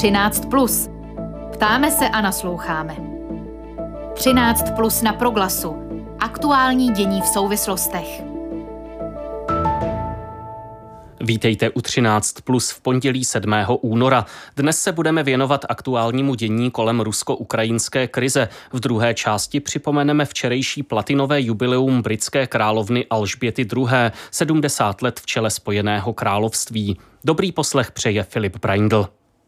13+. Ptáme se a nasloucháme. 13+ na Proglasu. Aktuální dění v souvislostech. Vítejte u 13+ v pondělí 7. února. Dnes se budeme věnovat aktuálnímu dění kolem rusko-ukrajinské krize. V druhé části připomeneme včerejší platinové jubileum britské královny Alžběty II., 70 let v čele Spojeného království. Dobrý poslech přeje Filip Braindl.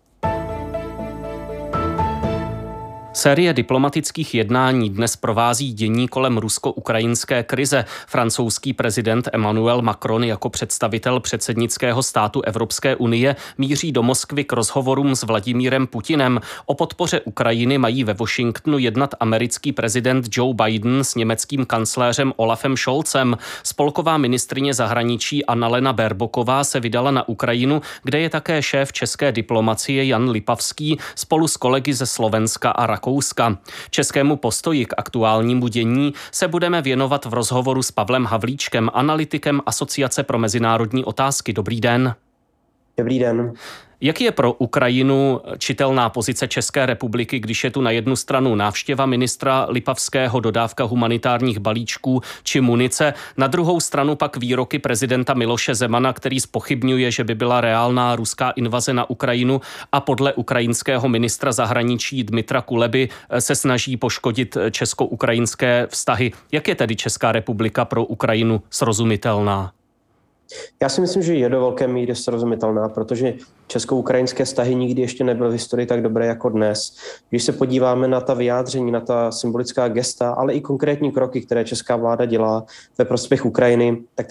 Série diplomatických jednání dnes provází dění kolem rusko-ukrajinské krize. Francouzský prezident Emmanuel Macron jako představitel předsednického státu Evropské unie míří do Moskvy k rozhovorům s Vladimírem Putinem. O podpoře Ukrajiny mají ve Washingtonu jednat americký prezident Joe Biden s německým kancléřem Olafem Scholzem. Spolková ministryně zahraničí Annalena Baerbocková se vydala na Ukrajinu, kde je také šéf české diplomacie Jan Lipavský spolu s kolegy ze Slovenska a Rakouska. Českému postoji k aktuálnímu dění se budeme věnovat v rozhovoru s Pavlem Havlíčkem, analytikem Asociace pro mezinárodní otázky. Dobrý den. Dobrý den. Jak je pro Ukrajinu čitelná pozice České republiky, když je tu na jednu stranu návštěva ministra Lipavského, dodávka humanitárních balíčků či munice, na druhou stranu pak výroky prezidenta Miloše Zemana, který zpochybňuje, že by byla reálná ruská invaze na Ukrajinu a podle ukrajinského ministra zahraničí Dmytra Kuleby se snaží poškodit česko-ukrajinské vztahy. Jak je tedy Česká republika pro Ukrajinu srozumitelná? Já si myslím, že je do velké míry srozumitelná, protože česko-ukrajinské vztahy nikdy ještě nebyly v historii tak dobré jako dnes. Když se podíváme na ta vyjádření, na ta symbolická gesta, ale i konkrétní kroky, které česká vláda dělá ve prospěch Ukrajiny, tak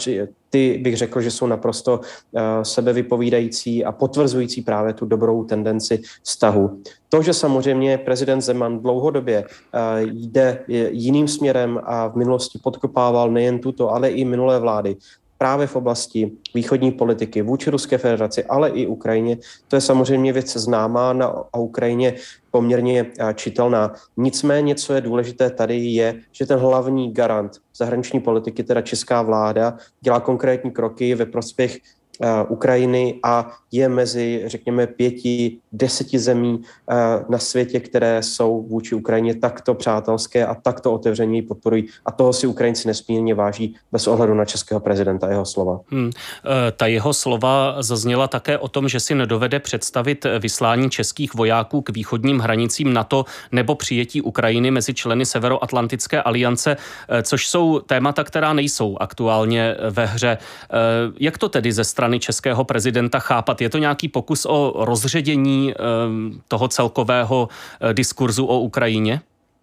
ty bych řekl, že jsou naprosto sebevypovídající a potvrzující právě tu dobrou tendenci vztahu. To, že samozřejmě prezident Zeman dlouhodobě jde jiným směrem a v minulosti podkopával nejen tuto, ale i minulé vlády, právě v oblasti východní politiky vůči Ruské federaci, ale i Ukrajině. To je samozřejmě věc známá na Ukrajině poměrně čitelná. Nicméně, co je důležité tady, je, že ten hlavní garant zahraniční politiky, teda česká vláda, dělá konkrétní kroky ve prospěch Ukrajiny a je mezi, řekněme, 5-10 zemí na světě, které jsou vůči Ukrajině takto přátelské a takto otevřeně ji podporují. A toho si Ukrajinci nesmírně váží bez ohledu na českého prezidenta a jeho slova. Ta jeho slova zazněla také o tom, že si nedovede představit vyslání českých vojáků k východním hranicím NATO nebo přijetí Ukrajiny mezi členy Severoatlantické aliance, což jsou témata, která nejsou aktuálně ve hře. Jak to tedy ze strany českého prezidenta chápat? Je to nějaký pokus o rozředění toho celkového diskurzu o Ukrajině?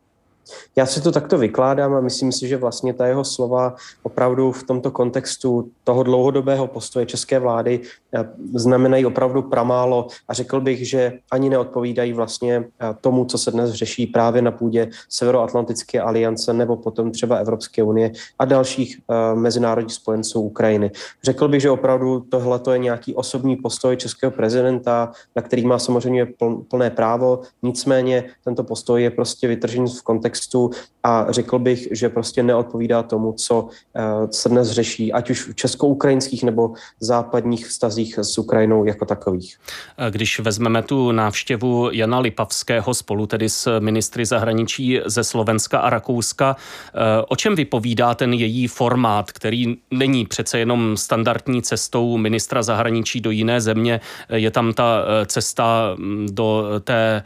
Já si to takto vykládám a myslím si, že vlastně ta jeho slova opravdu v tomto kontextu toho dlouhodobého postoje české vlády znamenají opravdu pramálo a řekl bych, že ani neodpovídají vlastně tomu, co se dnes řeší právě na půdě Severoatlantické aliance nebo potom třeba Evropské unie a dalších mezinárodních spojenců Ukrajiny. Řekl bych, že opravdu tohle je nějaký osobní postoj českého prezidenta, na který má samozřejmě plné právo, nicméně tento postoj je prostě vytržený v kontextu a řekl bych, že prostě neodpovídá tomu, co se dnes řeší, ať už v česko-ukrajinských nebo západních vztazích s Ukrajinou jako takových. Když vezmeme tu návštěvu Jana Lipavského spolu tedy s ministry zahraničí ze Slovenska a Rakouska, o čem vypovídá ten její formát, který není přece jenom standardní cestou ministra zahraničí do jiné země, je tam ta cesta do té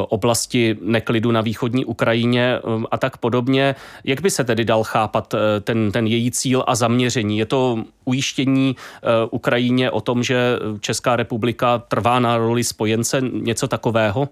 oblasti neklidu na východní Ukrajině a tak podobně. Jak by se tedy dal chápat ten její cíl a zaměření? Je to ujištění Ukrajině o tom, že Česká republika trvá na roli spojence, něco takového?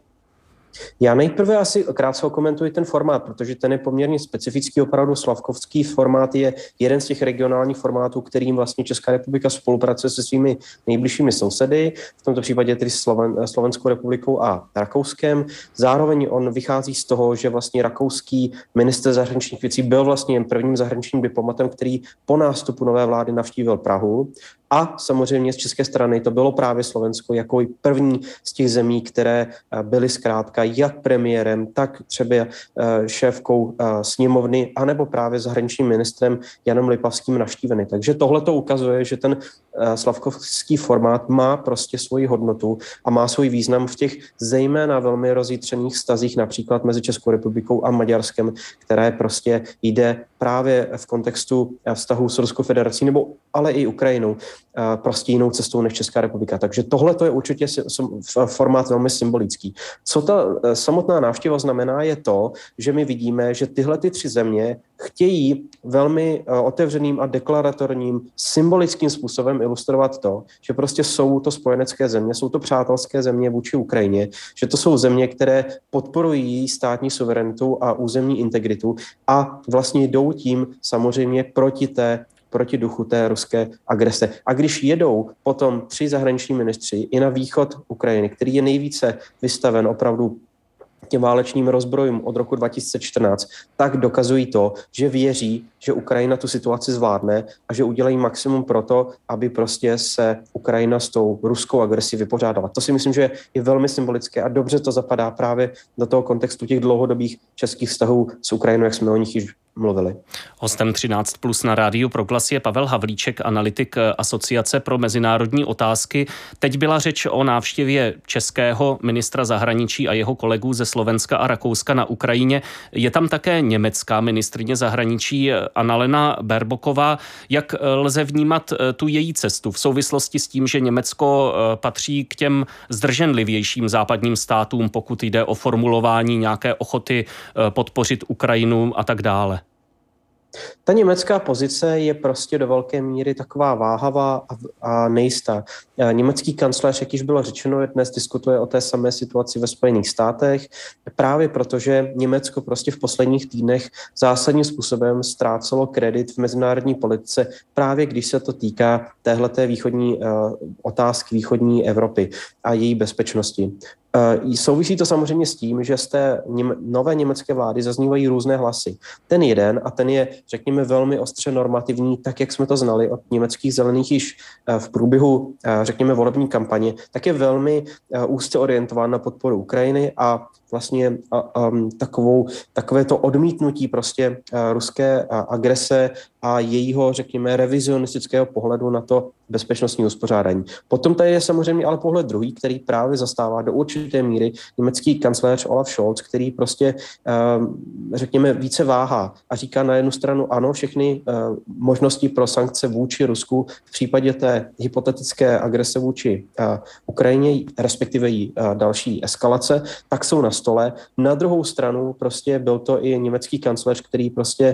Já nejprve asi krátce okomentuji ten formát, protože ten je poměrně specifický, opravdu slavkovský formát je jeden z těch regionálních formátů, kterým vlastně Česká republika spolupracuje se svými nejbližšími sousedy, v tomto případě tedy Slovenskou republikou a Rakouskem. Zároveň on vychází z toho, že vlastně rakouský ministr zahraničních věcí byl vlastně jen prvním zahraničním diplomatem, který po nástupu nové vlády navštívil Prahu. A samozřejmě z české strany to bylo právě Slovensko jako první z těch zemí, které byly zkrátka jak premiérem, tak třeba šéfkou sněmovny, anebo právě zahraničním ministrem Janem Lipavským navštíveny. Takže tohle to ukazuje, že ten slavkovský formát má prostě svoji hodnotu a má svůj význam v těch zejména velmi rozjitřených vztazích například mezi Českou republikou a Maďarskem, které prostě jde právě v kontextu vztahu s Ruskou federací nebo ale i Ukrajinou prostě jinou cestou než Česká republika. Takže tohle to je určitě formát velmi symbolický. Co ta samotná návštěva znamená, je to, že my vidíme, že tyhle ty 3 země chtějí velmi otevřeným a deklaratorním symbolickým způsobem ilustrovat to, že prostě jsou to spojenecké země, jsou to přátelské země vůči Ukrajině, že to jsou země, které podporují státní suverenitu a územní integritu a vlastně jdou tím samozřejmě proti duchu té ruské agrese. A když jedou potom 3 zahraniční ministři i na východ Ukrajiny, který je nejvíce vystaven opravdu těm válečným rozbrojům od roku 2014, tak dokazují to, že věří, že Ukrajina tu situaci zvládne a že udělají maximum pro to, aby prostě se Ukrajina s tou ruskou agresí vypořádala. To si myslím, že je velmi symbolické a dobře to zapadá právě do toho kontextu těch dlouhodobých českých vztahů s Ukrajinou, jak jsme o nich již mluvili. Hostem 13+ na Rádiu Proglas je Pavel Havlíček, analytik Asociace pro mezinárodní otázky. Teď byla řeč o návštěvě českého ministra zahraničí a jeho kolegů ze Slovenska a Rakouska na Ukrajině. Je tam také německá ministryně zahraničí Annalena Baerbocková. Jak lze vnímat tu její cestu v souvislosti s tím, že Německo patří k těm zdrženlivějším západním státům, pokud jde o formulování nějaké ochoty podpořit Ukrajinu a tak dále? Ta německá pozice je prostě do velké míry taková váhavá a nejistá. Německý kancléř, jak již bylo řečeno, dnes diskutuje o té samé situaci ve Spojených státech, právě protože Německo prostě v posledních týdnech zásadním způsobem ztrácelo kredit v mezinárodní politice, právě když se to týká téhleté východní otázky východní Evropy a její bezpečnosti. Souvisí to samozřejmě s tím, že z té nové německé vlády zaznívají různé hlasy. Ten jeden, a ten je, řekněme, velmi ostře normativní, tak jak jsme to znali od německých zelených již v průběhu, řekněme, volební kampaně, tak je velmi úzce orientován na podporu Ukrajiny a vlastně takové to odmítnutí prostě ruské agrese a jejího, řekněme, revizionistického pohledu na to bezpečnostní uspořádání. Potom tady je samozřejmě ale pohled druhý, který právě zastává do určité míry německý kancléř Olaf Scholz, který prostě, řekněme, více váhá a říká na jednu stranu ano, všechny možnosti pro sankce vůči Rusku v případě té hypotetické agrese vůči Ukrajině, respektive jí další eskalace, tak jsou na stole. Na druhou stranu prostě byl to i německý kancléř, který prostě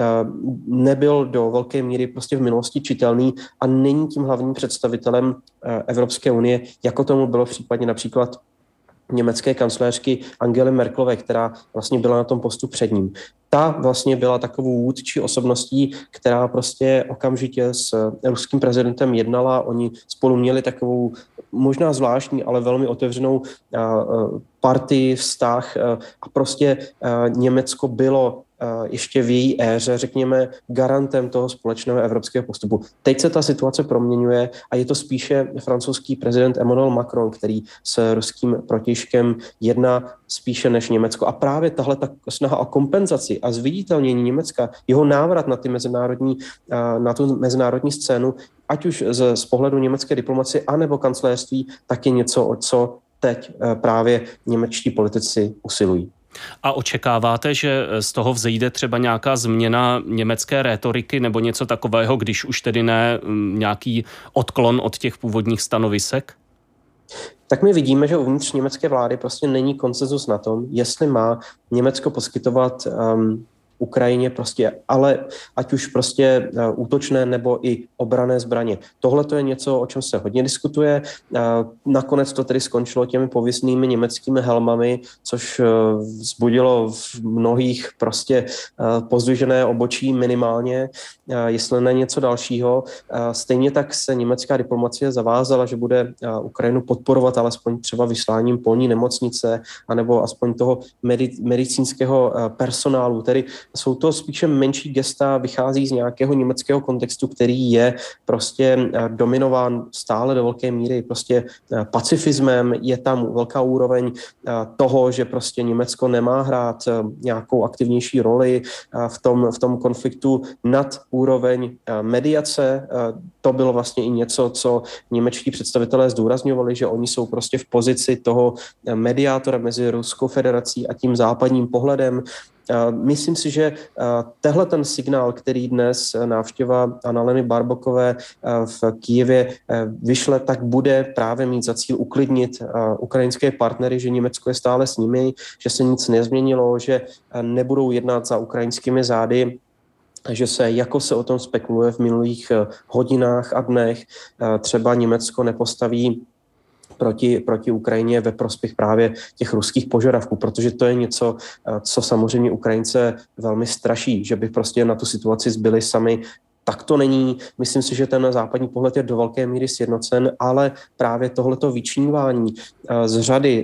nebyl do velké míry prostě v minulosti čitelný a není tím hlavním představitelem Evropské unie, jako tomu bylo v případě například německé kancléřky Angely Merkelové, která vlastně byla na tom postu před ním. Ta vlastně byla takovou vůdčí osobností, která prostě okamžitě s ruským prezidentem jednala. Oni spolu měli takovou možná zvláštní, ale velmi otevřenou partii, vztah a prostě Německo bylo ještě v její éře, řekněme, garantem toho společného evropského postupu. Teď se ta situace proměňuje a je to spíše francouzský prezident Emmanuel Macron, který s ruským protějškem jedná spíše než Německo. A právě tahle ta snaha o kompenzaci a zviditelnění Německa, jeho návrat na tu mezinárodní scénu, ať už z pohledu německé diplomacie anebo kancléřství, tak je něco, o co teď právě němečtí politici usilují. A očekáváte, že z toho vzejde třeba nějaká změna německé rétoriky nebo něco takového, když už tedy ne nějaký odklon od těch původních stanovisek? Tak my vidíme, že uvnitř německé vlády prostě není konsenzus na tom, jestli má Německo poskytovat Ukrajině prostě, ale ať už prostě útočné nebo i obranné zbraně. Tohle to je něco, o čem se hodně diskutuje. Nakonec to tedy skončilo těmi pověstnými německými helmami, což vzbudilo v mnohých prostě pozdvižené obočí minimálně, jestli ne něco dalšího. Stejně tak se německá diplomacie zavázala, že bude Ukrajinu podporovat alespoň třeba vysláním polní nemocnice anebo aspoň toho medicínského personálu, tedy jsou to spíše menší gesta, vychází z nějakého německého kontextu, který je prostě dominován stále do velké míry prostě pacifismem, je tam velká úroveň toho, že prostě Německo nemá hrát nějakou aktivnější roli v tom konfliktu nad úroveň mediace. To bylo vlastně i něco, co němečtí představitelé zdůrazňovali, že oni jsou prostě v pozici toho mediátora mezi Ruskou federací a tím západním pohledem. Myslím si, že tehle ten signál, který dnes návštěva Annaleny Baerbockové v Kyjevě vyšle, tak bude právě mít za cíl uklidnit ukrajinské partnery, že Německo je stále s nimi, že se nic nezměnilo, že nebudou jednat za ukrajinskými zády, že jako se o tom spekuluje v minulých hodinách a dnech, třeba Německo nepostaví proti Ukrajině ve prospěch právě těch ruských požadavků, protože to je něco, co samozřejmě Ukrajince velmi straší, že by prostě na tu situaci zbyli sami. Tak to není. Myslím si, že ten západní pohled je do velké míry sjednocen, ale právě tohleto vyčnívání z řady,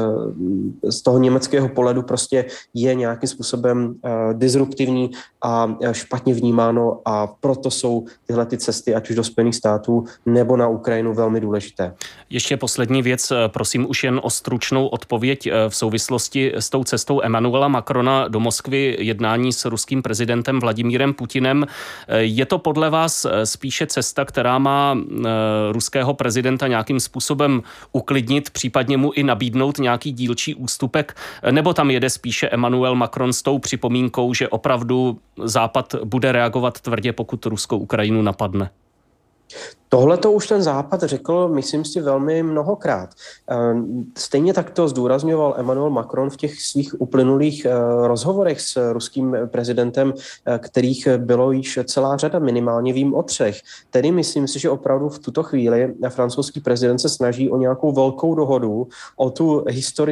z toho německého pohledu prostě je nějakým způsobem disruptivní a špatně vnímáno a proto jsou tyhle ty cesty, ať už do Spojených států nebo na Ukrajinu, velmi důležité. Ještě poslední věc, prosím už jen o stručnou odpověď v souvislosti s tou cestou Emmanuela Macrona do Moskvy, jednání s ruským prezidentem Vladimírem Putinem. Je to podle vás spíše cesta, která má ruského prezidenta nějakým způsobem uklidnit, případně mu i nabídnout nějaký dílčí ústupek, nebo tam jede spíše Emmanuel Macron s tou připomínkou, že opravdu Západ bude reagovat tvrdě, pokud Ruskou Ukrajinu napadne? Tohle to už ten Západ řekl, myslím si, velmi mnohokrát. Stejně tak to zdůrazňoval Emmanuel Macron v těch svých uplynulých rozhovorech s ruským prezidentem, kterých bylo již celá řada, minimálně vím o 3. Tedy myslím si, že opravdu v tuto chvíli francouzský prezident se snaží o nějakou velkou dohodu, o tu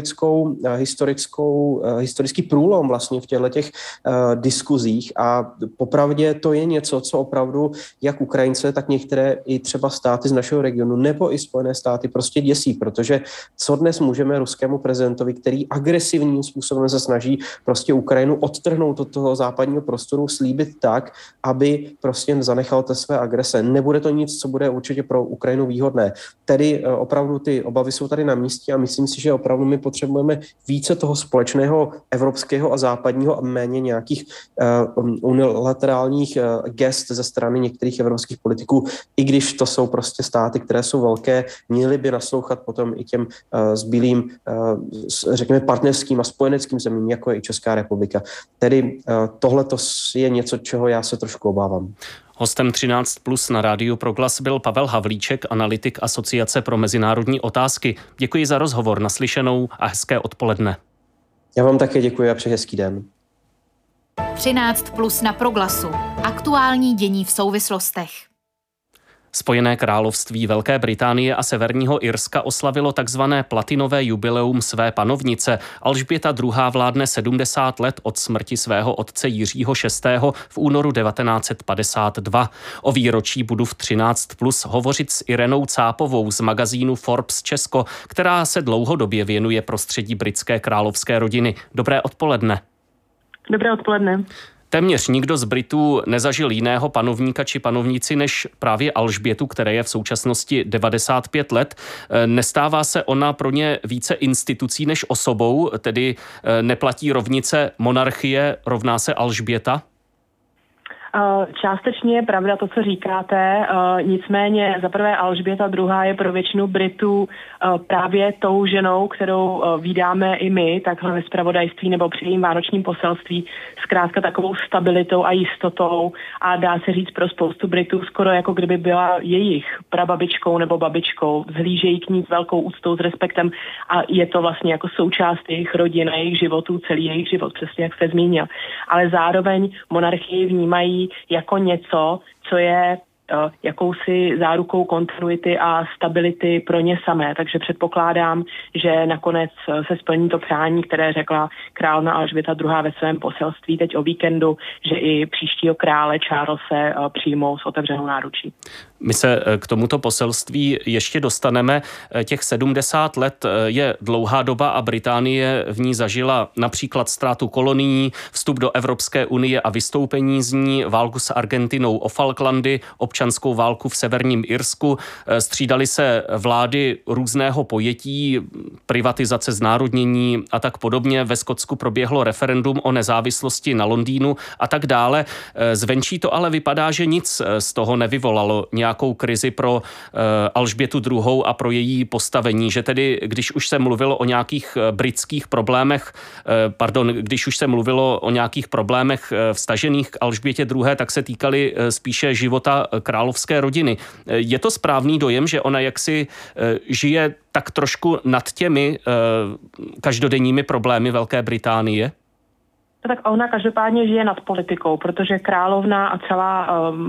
historický průlom vlastně v těchto diskuzích a popravdě to je něco, co opravdu jak Ukrajince, tak některé i třeba státy z našeho regionu nebo i Spojené státy prostě děsí, protože co dnes můžeme ruskému prezidentovi, který agresivním způsobem se snaží prostě Ukrajinu odtrhnout od toho západního prostoru, slíbit tak, aby prostě zanechal té své agrese. Nebude to nic, co bude určitě pro Ukrajinu výhodné. Tedy opravdu ty obavy jsou tady na místě a myslím si, že opravdu my potřebujeme více toho společného evropského a západního a méně nějakých unilaterálních gest ze strany některých evropských politiků, i když to jsou prostě státy, které jsou velké, měly by naslouchat potom i těm zbylým, řekněme, partnerským a spojeneckým zemím, jako je i Česká republika. Tedy tohle je něco, čeho já se trošku obávám. Hostem 13+ na Rádiu Proglas byl Pavel Havlíček, analytik Asociace pro mezinárodní otázky. Děkuji za rozhovor, naslyšenou a hezké odpoledne. Já vám také děkuji a přeji hezký den. 13+ na Proglasu. Aktuální dění v souvislostech. Spojené království Velké Británie a Severního Irska oslavilo takzvané platinové jubileum své panovnice. Alžběta II. Vládne 70 let od smrti svého otce Jiřího VI. V únoru 1952. O výročí budu v 13+ hovořit s Irenou Cápovou z magazínu Forbes Česko, která se dlouhodobě věnuje prostředí britské královské rodiny. Dobré odpoledne. Dobré odpoledne. Téměř nikdo z Britů nezažil jiného panovníka či panovnici než právě Alžbětu, které je v současnosti 95 let. Nestává se ona pro ně více institucí než osobou, tedy neplatí rovnice monarchie rovná se Alžběta? Částečně je pravda to, co říkáte, nicméně zaprvé Alžběta II. Je pro většinu Britů právě tou ženou, kterou vídáme i my, takhle ve zpravodajství nebo při jejím vánočním poselství, zkrátka takovou stabilitou a jistotou a dá se říct pro spoustu Britů skoro jako kdyby byla jejich prababičkou nebo babičkou, vzhlížejí k ní s velkou úctou, s respektem a je to vlastně jako součást jejich rodin a jejich životů, celý jejich život, přesně jak jste zmínil. Ale zároveň monarchii vnímají jako něco, co je jakousi zárukou kontinuity a stability pro ně samé. Takže předpokládám, že nakonec se splní to přání, které řekla královna Alžběta II. Ve svém poselství teď o víkendu, že i příštího krále Charlese přijmou s otevřenou náručí. My se k tomuto poselství ještě dostaneme. Těch 70 let je dlouhá doba a Británie v ní zažila například ztrátu kolonií, vstup do Evropské unie a vystoupení z ní, válku s Argentinou o Falklandy, občanskou válku v severním Irsku. Střídaly se vlády různého pojetí, privatizace, znárodnění a tak podobně. Ve Skotsku proběhlo referendum o nezávislosti na Londýnu a tak dále. Zvenčí to ale vypadá, že nic z toho nevyvolalo nějakou krizi pro Alžbětu II. A pro její postavení, že tedy, když už se mluvilo o nějakých britských problémech, když už se mluvilo o nějakých problémech vztažených k Alžbětě II., tak se týkaly spíše života královské rodiny. Je to správný dojem, že ona jaksi žije tak trošku nad těmi každodenními problémy Velké Británie? Tak ona každopádně žije nad politikou, protože královna a celá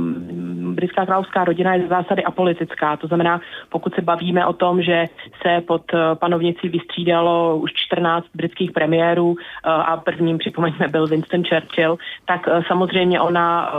britská královská rodina je z zásady apolitická. To znamená, pokud se bavíme o tom, že se pod panovnicí vystřídalo už 14 britských premiérů a prvním, připomeňme, byl Winston Churchill, tak samozřejmě ona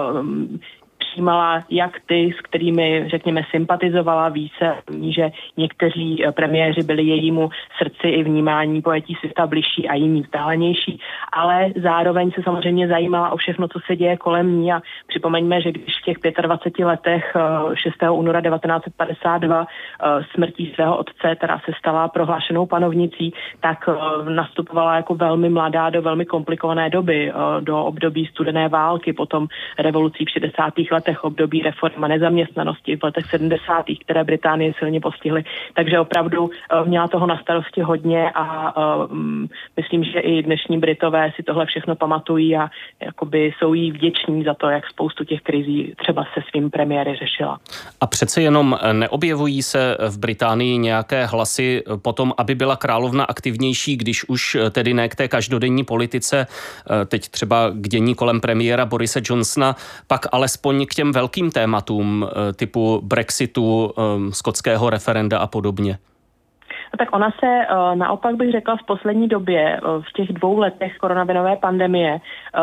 přijímala jak ty, s kterými, řekněme, sympatizovala, ví se, že někteří premiéři byli jejímu srdci i vnímání pojetí světa bližší a jiní vzdálenější, ale zároveň se samozřejmě zajímala o všechno, co se děje kolem ní a připomeňme, že když v těch 25 letech 6. února 1952 smrtí svého otce, která se stala prohlášenou panovnicí, tak nastupovala jako velmi mladá do velmi komplikované doby, do období studené války, potom revolucí v 60. letech, období reform a nezaměstnanosti v letech 70., které Británii silně postihly. Takže opravdu měla toho na starosti hodně a myslím, že i dnešní Britové si tohle všechno pamatují a jakoby jsou jí vděční za to, jak spoustu těch krizí třeba se svým premiéry řešila. A přece jenom neobjevují se v Británii nějaké hlasy potom, aby byla královna aktivnější, když už tedy ne k té každodenní politice, teď třeba k dění kolem premiéra Borise Johnsona, pak alespoň k těm velkým tématům typu Brexitu, skotského referenda a podobně? Tak ona se naopak bych řekla v poslední době, v těch 2 letech koronavirové pandemie,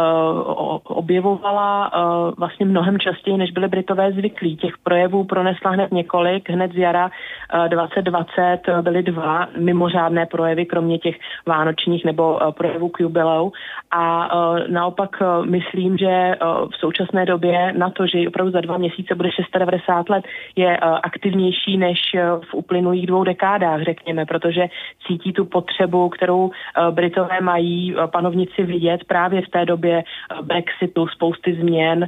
objevovala vlastně mnohem častěji, než byli Britové zvyklí. Těch projevů pronesla hned několik, hned z jara 2020 byly 2 mimořádné projevy, kromě těch vánočních nebo projevů k jubileu. A naopak myslím, že v současné době na to, že opravdu za 2 měsíce bude 690 let, je aktivnější než v uplynulých 2 dekádách, řekněme, protože cítí tu potřebu, kterou Britové mají panovnici vidět právě v té době Brexitu, spousty změn,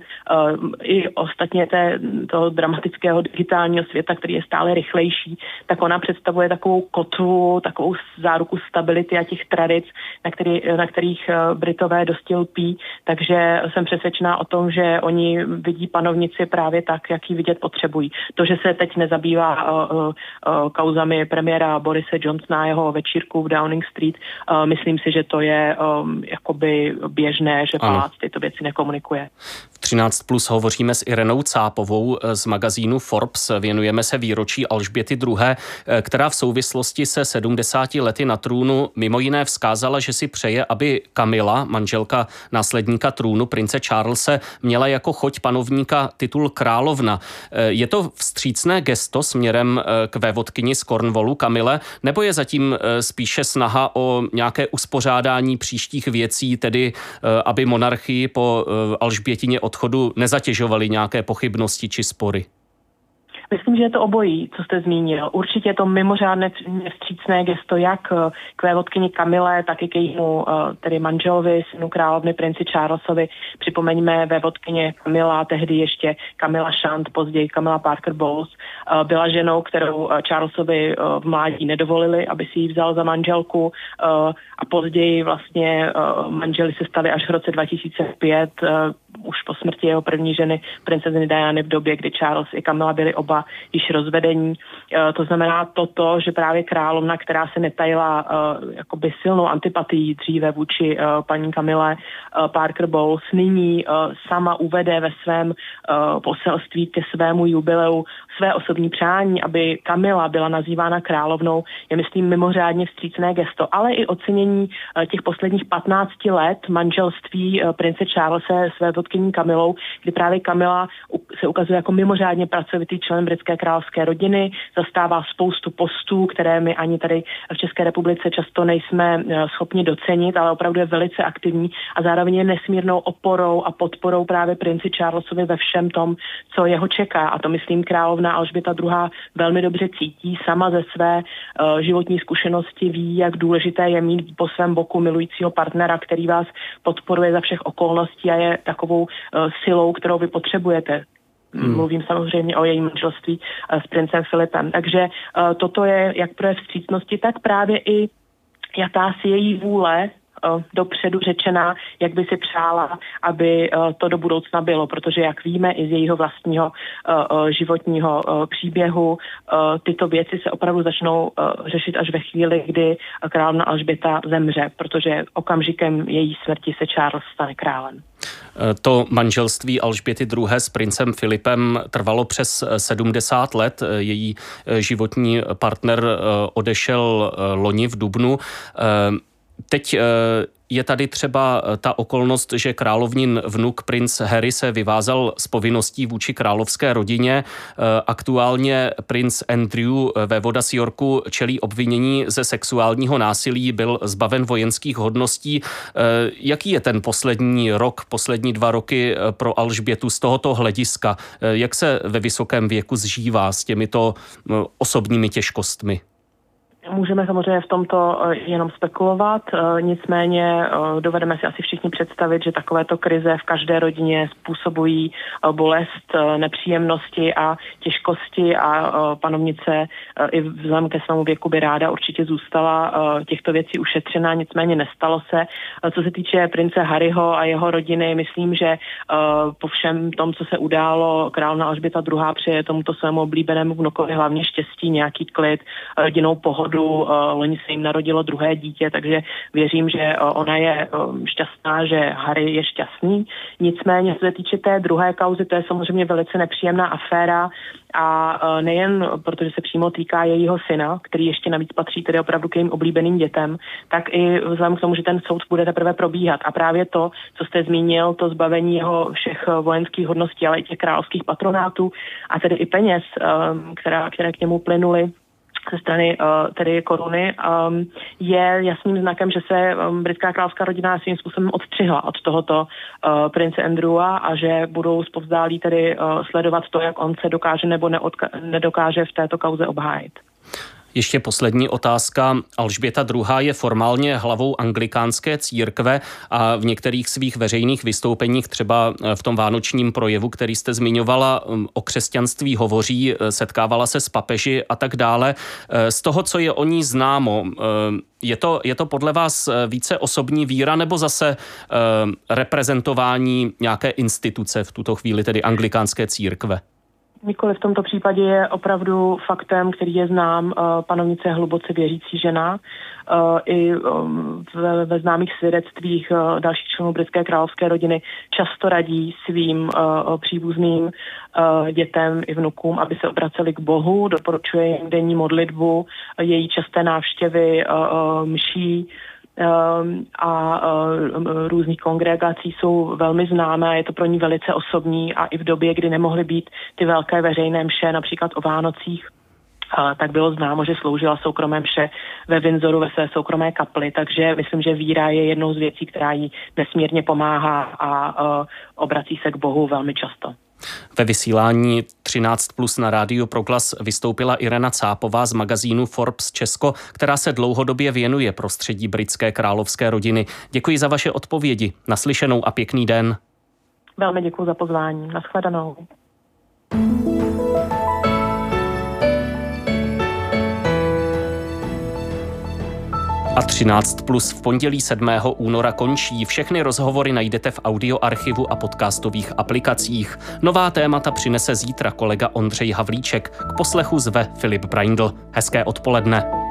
i ostatně toho dramatického digitálního světa, který je stále rychlejší, tak ona představuje takovou kotvu, takovou záruku stability a těch tradic, na kterých Britové dosti lpí, takže jsem přesvědčená o tom, že oni vidí panovnici právě tak, jak ji vidět potřebují. To, že se teď nezabývá kauzami premiéra Borise Johnsona a jeho večírku v Downing Street, myslím si, že to je jakoby běžné, že palác tyto věci nekomunikuje. V 13+ hovoříme s Irenou Cápovou z magazínu Forbes. Věnujeme se výročí Alžběty II., která v souvislosti se 70 lety na trůnu mimo jiné vzkázala, že si přeje, aby Camilla, manželka následníka trůnu prince Charlese, měla jako choť panovníka titul královna. Je to vstřícné gesto směrem k vévodkyni z Cornwallu Camille, nebo je zatím spíše snaha o nějaké uspořádání příštích věcí, tedy aby monarchii po Alžbětině odchodu nezatěžovaly nějaké pochybnosti či spory? Myslím, že je to obojí, co jste zmínil. Určitě je to mimořádné vstřícné gesto jak k vévodkyni Camille, tak i k jejímu tedy manželovi, synu královny princi Charlesovi. Připomeňme, vévodkyně Camilla, tehdy ještě Camilla Shand, později Camilla Parker Bowles, byla ženou, kterou Charlesovi v mládí nedovolili, aby si ji vzal za manželku a později vlastně manželi se stali až v roce 2005, už po smrti jeho první ženy, princezny Diany, v době, kdy Charles i Camilla byli oba již rozvedení. To znamená toto, že právě královna, která se netajila jakoby silnou antipatií dříve vůči paní Camille Parker Bowles, nyní sama uvede ve svém poselství ke svému jubileu své osobní přání, aby Camilla byla nazývána královnou, je myslím mimořádně vstřícné gesto, ale i ocenění těch posledních 15 let manželství prince Charlese s vévodkyní Camillou, kdy právě Camilla se ukazuje jako mimořádně pracovitý člen britské královské rodiny, zastává spoustu postů, které my ani tady v České republice často nejsme schopni docenit, ale opravdu je velice aktivní a zároveň je nesmírnou oporou a podporou právě princi Charlesovi ve všem tom, co jeho čeká. A to myslím královna Alžběta II. Velmi dobře cítí, sama ze své životní zkušenosti ví, jak důležité je mít po svém boku milujícího partnera, který vás podporuje za všech okolností a je takovou silou, kterou vy potřebujete. Mluvím samozřejmě o jejím manželství s princem Filipem. Takže toto je jak projev vstřícnosti, tak právě i jakási její vůle dopředu řečená, jak by si přála, aby to do budoucna bylo, protože jak víme i z jejího vlastního životního příběhu, tyto věci se opravdu začnou řešit až ve chvíli, kdy královna Alžběta zemře, protože okamžikem její smrti se Charles stane králem. To manželství Alžběty II. S princem Filipem trvalo přes 70 let. Její životní partner odešel loni v dubnu. Teď je tady třeba ta okolnost, že královnin vnuk princ Harry se vyvázal z povinností vůči královské rodině. Aktuálně princ Andrew, vévoda z Yorku, čelí obvinění ze sexuálního násilí, byl zbaven vojenských hodností. Jaký je ten poslední 2 roky pro Alžbětu z tohoto hlediska? Jak se ve vysokém věku zžívá s těmito osobními těžkostmi? Můžeme samozřejmě v tomto jenom spekulovat, nicméně dovedeme si asi všichni představit, že takovéto krize v každé rodině způsobují bolest, nepříjemnosti a těžkosti a panovnice i vzhledem ke svému věku by ráda určitě zůstala těchto věcí ušetřena, nicméně nestalo se. Co se týče prince Harryho a jeho rodiny, myslím, že po všem tom, co se událo, královna Alžběta II. Přeje tomuto svému oblíbenému vnukovi hlavně štěstí, nějaký klid, rodinnou pohodu. Loni se jim narodilo druhé dítě, takže věřím, že ona je šťastná, že Harry je šťastný. Nicméně, co se týče té druhé kauzy, to je samozřejmě velice nepříjemná aféra a nejen protože se přímo týká jejího syna, který ještě navíc patří tedy opravdu k jejím oblíbeným dětem, tak i vzhledem k tomu, že ten soud bude teprve probíhat. A právě to, co jste zmínil, to zbavení jeho všech vojenských hodností, ale i těch královských patronátů a tedy i peněz, které k němu plynuly ze strany tedy koruny, je jasným znakem, že se britská královská rodina svým způsobem odstřihla od tohoto prince Andrewa a že budou zpovzdálí tedy sledovat to, jak on se dokáže nebo nedokáže v této kauze obhájit. Ještě poslední otázka. Alžběta II. Je formálně hlavou anglikánské církve a v některých svých veřejných vystoupeních, třeba v tom vánočním projevu, který jste zmiňovala, o křesťanství hovoří, setkávala se s papeži a tak dále. Z toho, co je o ní známo, je to podle vás více osobní víra nebo zase reprezentování nějaké instituce, v tuto chvíli tedy anglikánské církve? Nikoli v tomto případě je opravdu faktem, který je znám, panovnice je hluboce věřící žena. I ve známých svědectvích dalších členů britské královské rodiny často radí svým příbuzným dětem i vnukům, aby se obraceli k Bohu, doporučuje jim denní modlitbu, její časté návštěvy mší a různých kongregací jsou velmi známé a je to pro ní velice osobní a i v době, kdy nemohly být ty velké veřejné mše, například o Vánocích, tak bylo známo, že sloužila soukromé mše ve Windsoru ve své soukromé kapli, takže myslím, že víra je jednou z věcí, která jí nesmírně pomáhá a obrací se k Bohu velmi často. Ve vysílání 13+ na Rádiu Proglas vystoupila Irena Cápová z magazínu Forbes Česko, která se dlouhodobě věnuje prostředí britské královské rodiny. Děkuji za vaše odpovědi. Naslyšenou a pěkný den. Velmi děkuji za pozvání. Nashledanou. A A 13+ v pondělí 7. února končí. Všechny rozhovory najdete v audioarchivu a podcastových aplikacích. Nová témata přinese zítra kolega Ondřej Havlíček. K poslechu zve Filip Braindl. Hezké odpoledne.